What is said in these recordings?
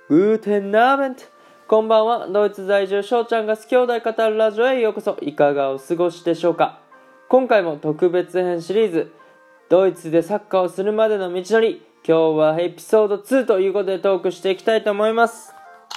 グーテンナーベント。こんばんは。ドイツ在住翔ちゃんが好き兄弟語るラジオへようこそ。いかがお過ごしでしょうか。今回も特別編シリーズ、ドイツでサッカーをするまでの道のり、今日はエピソード2ということでトークしていきたいと思います。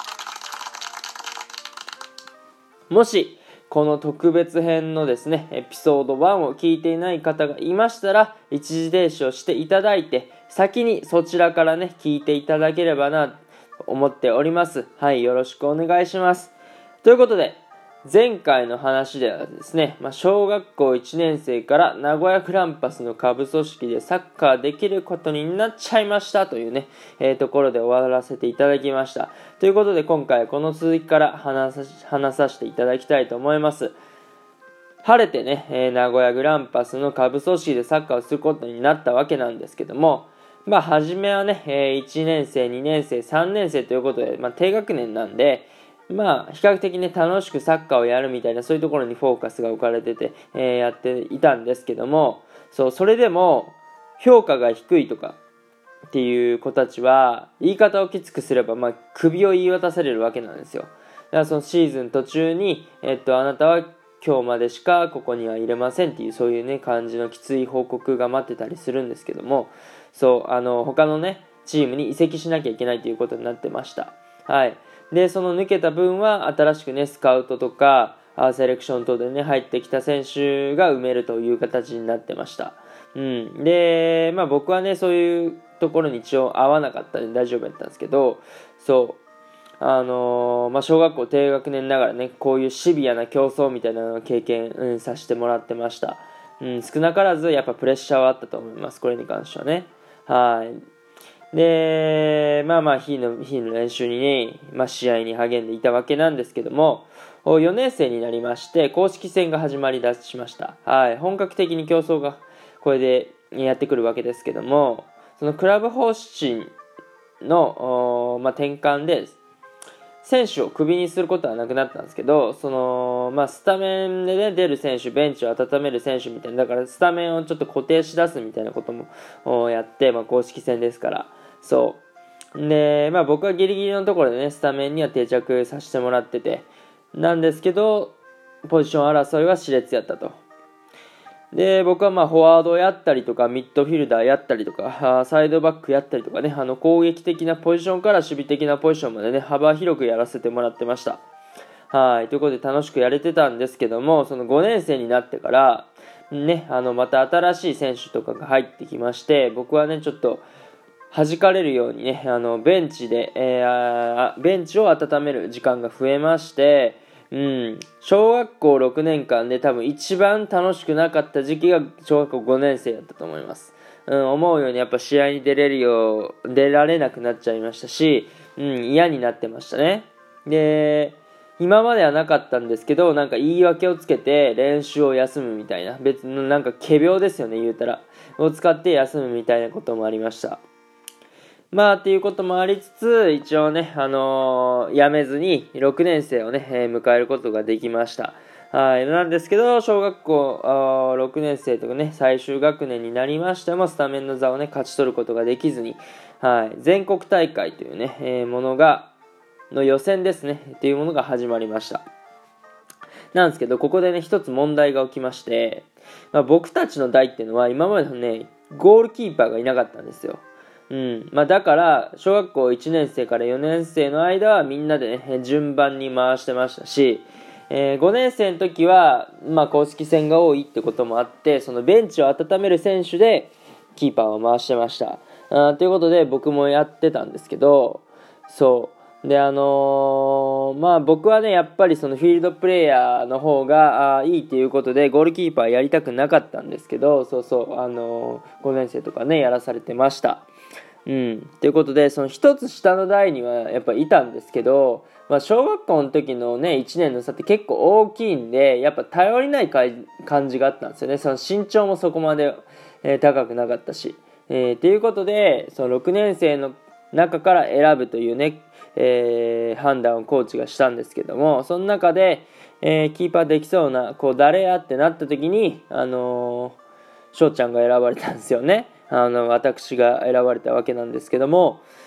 もしこの特別編のですねエピソード1を聞いていない方がいましたら、一時停止をしていただいて先にそちらからね聞いていただければなと思っております。はい、よろしくお願いします。ということで、前回の話ではですね、小学校1年生から名古屋グランパスの下部組織でサッカーできることになっちゃいましたというね、ところで終わらせていただきました。ということで今回この続きから話させていただきたいと思います。晴れてね、名古屋グランパスの下部組織でサッカーをすることになったわけなんですけども、初めはね、1年生、2年生、3年生ということで、低学年なんで、比較的ね楽しくサッカーをやるみたいな、そういうところにフォーカスが置かれてて、やっていたんですけども、それでも評価が低いとかっていう子たちは言い方をきつくすれば、首を言い渡されるわけなんですよ。だからそのシーズン途中に、あなたは今日までしかここには入れませんっていう、そういうね感じのきつい報告が待ってたりするんですけども、他のねチームに移籍しなきゃいけないということになってました。はい。でその抜けた分は新しくねスカウトとかセレクション等でね入ってきた選手が埋めるという形になってました。で僕はねそういうところに一応合わなかったんで大丈夫だったんですけど、小学校低学年ながらねこういうシビアな競争みたいなのを経験、させてもらってました。少なからずやっぱプレッシャーはあったと思います、これに関してはね。はい。で日々の練習にね、試合に励んでいたわけなんですけども、4年生になりまして公式戦が始まりだしました。はい。本格的に競争がこれでやってくるわけですけども、そのクラブ方針の、転換で選手をクビにすることはなくなったんですけど、スタメンで、ね、出る選手、ベンチを温める選手みたいな、だからスタメンをちょっと固定しだすみたいなこともやって、公式戦ですから、で、僕はギリギリのところでねスタメンには定着させてもらっててなんですけど、ポジション争いは熾烈やったと。で僕はフォワードやったりとかミッドフィルダーやったりとかサイドバックやったりとかね、攻撃的なポジションから守備的なポジションまでね幅広くやらせてもらってました。はい。ということで楽しくやれてたんですけども、その5年生になってからねまた新しい選手とかが入ってきまして、僕はねちょっと弾かれるようにねベンチを温める時間が増えまして、小学校6年間で多分一番楽しくなかった時期が小学校5年生だったと思います。思うようにやっぱ試合に出られなくなっちゃいましたし、嫌になってましたね。で今まではなかったんですけど、言い訳をつけて練習を休むみたいな、別の仮病ですよね、言うたらを使って休むみたいなこともありました。っていうこともありつつ、一応ね、辞めずに6年生をね、迎えることができました。はい。なんですけど、小学校6年生とかね、最終学年になりましても、スタメンの座をね、勝ち取ることができずに、はい。全国大会というね、の予選ですね、っていうものが始まりました。なんですけど、ここでね、一つ問題が起きまして、僕たちの代っていうのは、今までのね、ゴールキーパーがいなかったんですよ。だから小学校1年生から4年生の間はみんなでね順番に回してましたし、5年生の時は公式戦が多いってこともあって、そのベンチを温める選手でキーパーを回してました。ということで僕もやってたんですけど、で僕はねやっぱりそのフィールドプレイヤーの方がいいっていうことでゴールキーパーやりたくなかったんですけど、5年生とかねやらされてました。ということでその一つ下の代にはやっぱいたんですけど、小学校の時のね1年の差って結構大きいんで、やっぱ頼りない感じがあったんですよね。その身長もそこまで、高くなかったし、ということでその6年生の中から選ぶというね、判断をコーチがしたんですけども、その中で、キーパーできそうな誰やってなった時に翔ちゃんが選ばれたんですよね。私が選ばれたわけなんですけども、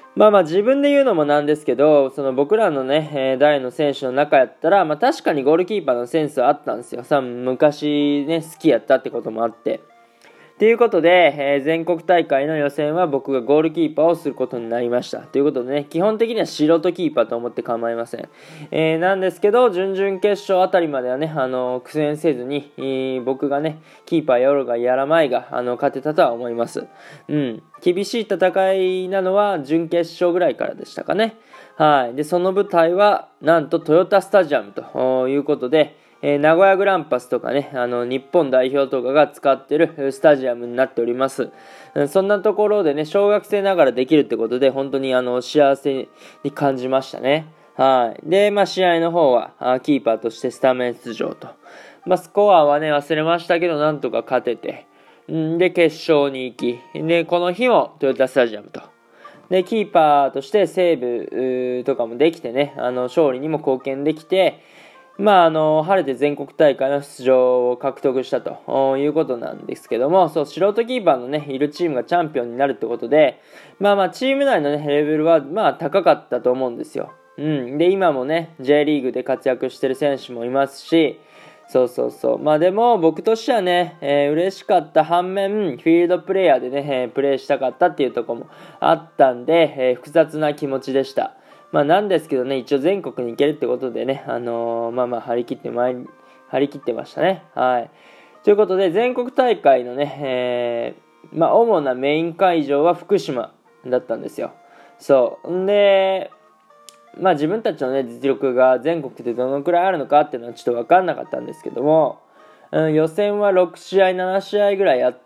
自分で言うのもなんですけど、その僕らのね、代の選手の中やったら、確かにゴールキーパーのセンスはあったんですよ。昔ね、好きやったってこともあって。ということで、全国大会の予選は僕がゴールキーパーをすることになりました。ということでね、基本的には素人キーパーと思って構いません。なんですけど、準々決勝あたりまではね、苦戦せずに、僕がね、キーパーやろうがやらまいが、勝てたとは思います。厳しい戦いなのは準決勝ぐらいからでしたかね。はい。で、その舞台は、なんとトヨタスタジアムということで、名古屋グランパスとかね、日本代表とかが使ってるスタジアムになっております。そんなところでね、小学生ながらできるってことで、本当に幸せに感じましたね。はい。で、試合の方は、キーパーとしてスタメン出場と。スコアはね、忘れましたけど、なんとか勝てて、で、決勝に行き、で、この日もトヨタスタジアムと。で、キーパーとしてセーブとかもできてね、勝利にも貢献できて、晴れて全国大会の出場を獲得したということなんですけども、そう、素人キーパーのね、いるチームがチャンピオンになるってことで、チーム内のね、レベルは、高かったと思うんですよ。で、今もね、J リーグで活躍してる選手もいますし、でも僕としてはね、嬉しかった反面、フィールドプレイヤーでね、プレーしたかったっていうところもあったんで、複雑な気持ちでした。なんですけどね、一応全国に行けるってことでね、張り切ってましたね。はい。ということで、全国大会のね、主なメイン会場は福島だったんですよ。そう。んで、自分たちのね、実力が全国でどのくらいあるのかっていうのはちょっと分かんなかったんですけども、予選は6試合、7試合ぐらいやって、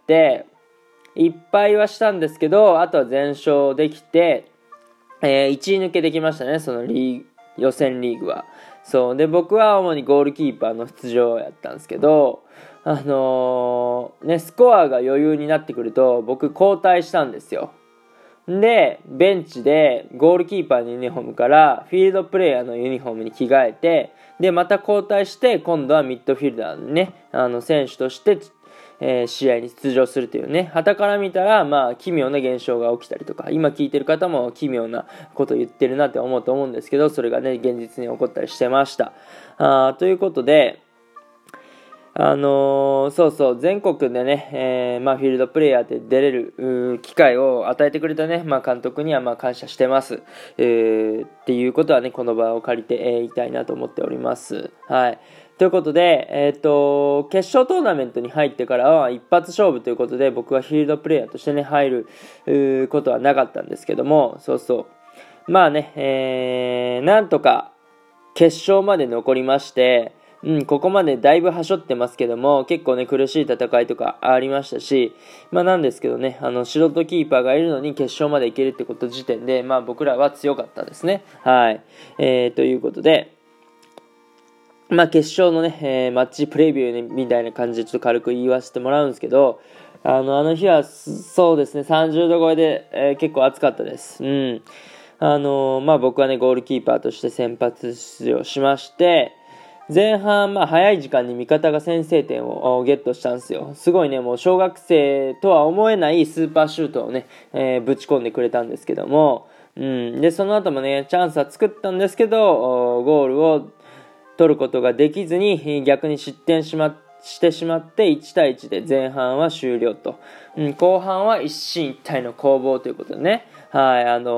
いっぱいはしたんですけど、あとは全勝できて、1位抜けできましたね、その予選リーグは。そうで、僕は主にゴールキーパーの出場やったんですけど、スコアが余裕になってくると僕交代したんですよ。で、ベンチでゴールキーパーのユニフォームからフィールドプレイヤーのユニフォームに着替えて、でまた交代して今度はミッドフィルダーのね、選手として試合に出場するというね、傍から見たら奇妙な現象が起きたりとか、今聞いてる方も奇妙なことを言ってるなって思うと思うんですけど、それがね現実に起こったりしてました。ということで、全国でね、フィールドプレイヤーで出れる機会を与えてくれたね、監督には感謝してます、っていうことはね、この場を借りて、言いたいなと思っております。はい。ということで、決勝トーナメントに入ってからは一発勝負ということで、僕はフィールドプレイヤーとしてね、入ることはなかったんですけども、なんとか決勝まで残りまして、ここまでだいぶはしょってますけども、結構ね、苦しい戦いとかありましたし、なんですけどね、素人キーパーがいるのに決勝までいけるってこと時点で、僕らは強かったですね。はい。ということで、決勝のね、マッチプレビューみたいな感じでちょっと軽く言わせてもらうんですけど、あの日はそうですね、30度超えで、結構暑かったです。僕はね、ゴールキーパーとして先発出場しまして、前半、早い時間に味方が先制点をゲットしたんですよ。すごいね、もう小学生とは思えないスーパーシュートをね、ぶち込んでくれたんですけども、で、その後もね、チャンスは作ったんですけど、ゴールを取ることができずに、逆に失点してしまって1対1で前半は終了と、後半は一進一退の攻防ということでね、はい、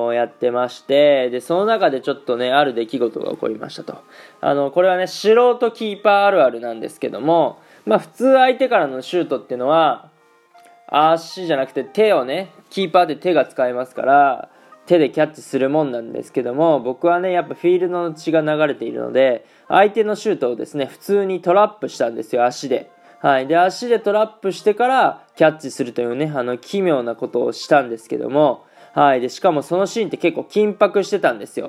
やってまして、で、その中でちょっとね、ある出来事が起こりましたと。これはね、素人キーパーあるあるなんですけども、普通相手からのシュートっていうのは、足じゃなくて手をね、キーパーで手が使えますから、手でキャッチするもんなんですけども、僕はね、やっぱフィールドの血が流れているので、相手のシュートをですね、普通にトラップしたんですよ、足で。はい。で、足でトラップしてからキャッチするというね、奇妙なことをしたんですけども、はい。で、しかもそのシーンって結構緊迫してたんですよ。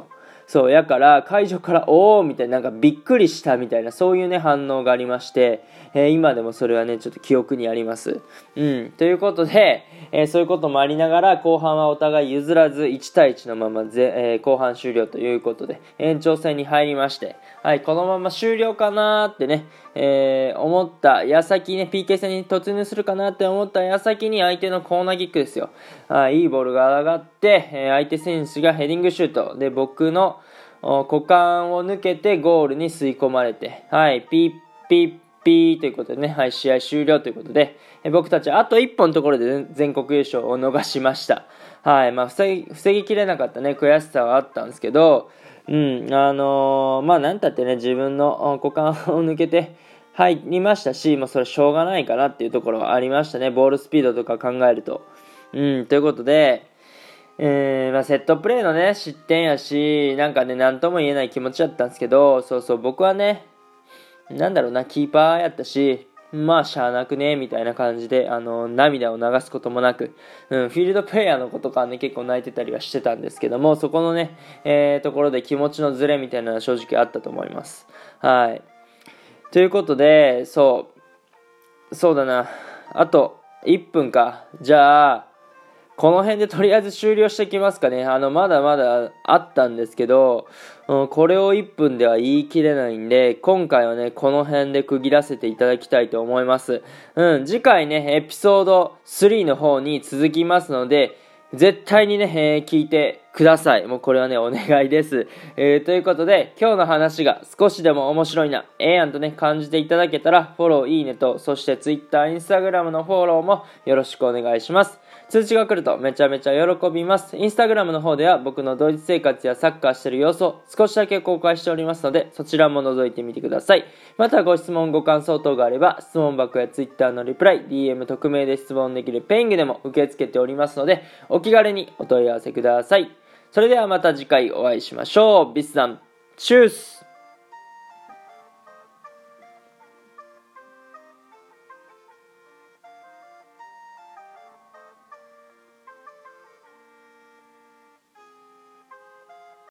そうやから会場からおーみたいな、なんかびっくりしたみたいな、そういうね反応がありまして、今でもそれはねちょっと記憶にあります。ということで、そういうこともありながら後半はお互い譲らず1対1のまま後半終了ということで延長戦に入りまして、はい、このまま終了かなーってね、思った矢先ね PK 戦に突入するかなって思った矢先に相手のコーナーキックですよ。いいボールが上がって、相手選手がヘディングシュートで僕の股間を抜けてゴールに吸い込まれて、はい、ピッピッピーということでね、はい、試合終了ということで、僕たちはあと1本のところで全国優勝を逃しました。はい、防ぎきれなかったね悔しさはあったんですけど、なんたってね自分の股間を抜けて入りましたし、それしょうがないかなっていうところはありましたね、ボールスピードとか考えると。ということで、セットプレーのね失点やし、なんかね何とも言えない気持ちだったんですけど、僕はねキーパーやったし、しゃあなくねみたいな感じで涙を流すこともなく、フィールドプレイヤーの子とかね結構泣いてたりはしてたんですけども、そこのね、ところで気持ちのズレみたいなのは正直あったと思います。はい、ということでそうだな、あと1分か。じゃあこの辺でとりあえず終了してきますかね。まだまだあったんですけど、これを1分では言い切れないんで、今回はねこの辺で区切らせていただきたいと思います。次回ねエピソード3の方に続きますので、絶対にね、聞いてください。もうこれはねお願いです。ということで今日の話が少しでも面白いな、やんとね感じていただけたらフォロー、いいねと、そして Twitter、Instagram のフォローもよろしくお願いします。通知が来るとめちゃめちゃ喜びます。インスタグラムの方では僕のドイツ生活やサッカーしてる様子を少しだけ公開しておりますので、そちらも覗いてみてください。またご質問ご感想等があれば質問箱や Twitter のリプライ、 DM 匿名で質問できるペイングでも受け付けておりますので、お気軽にお問い合わせください。それではまた次回お会いしましょう。ビスダンチュース。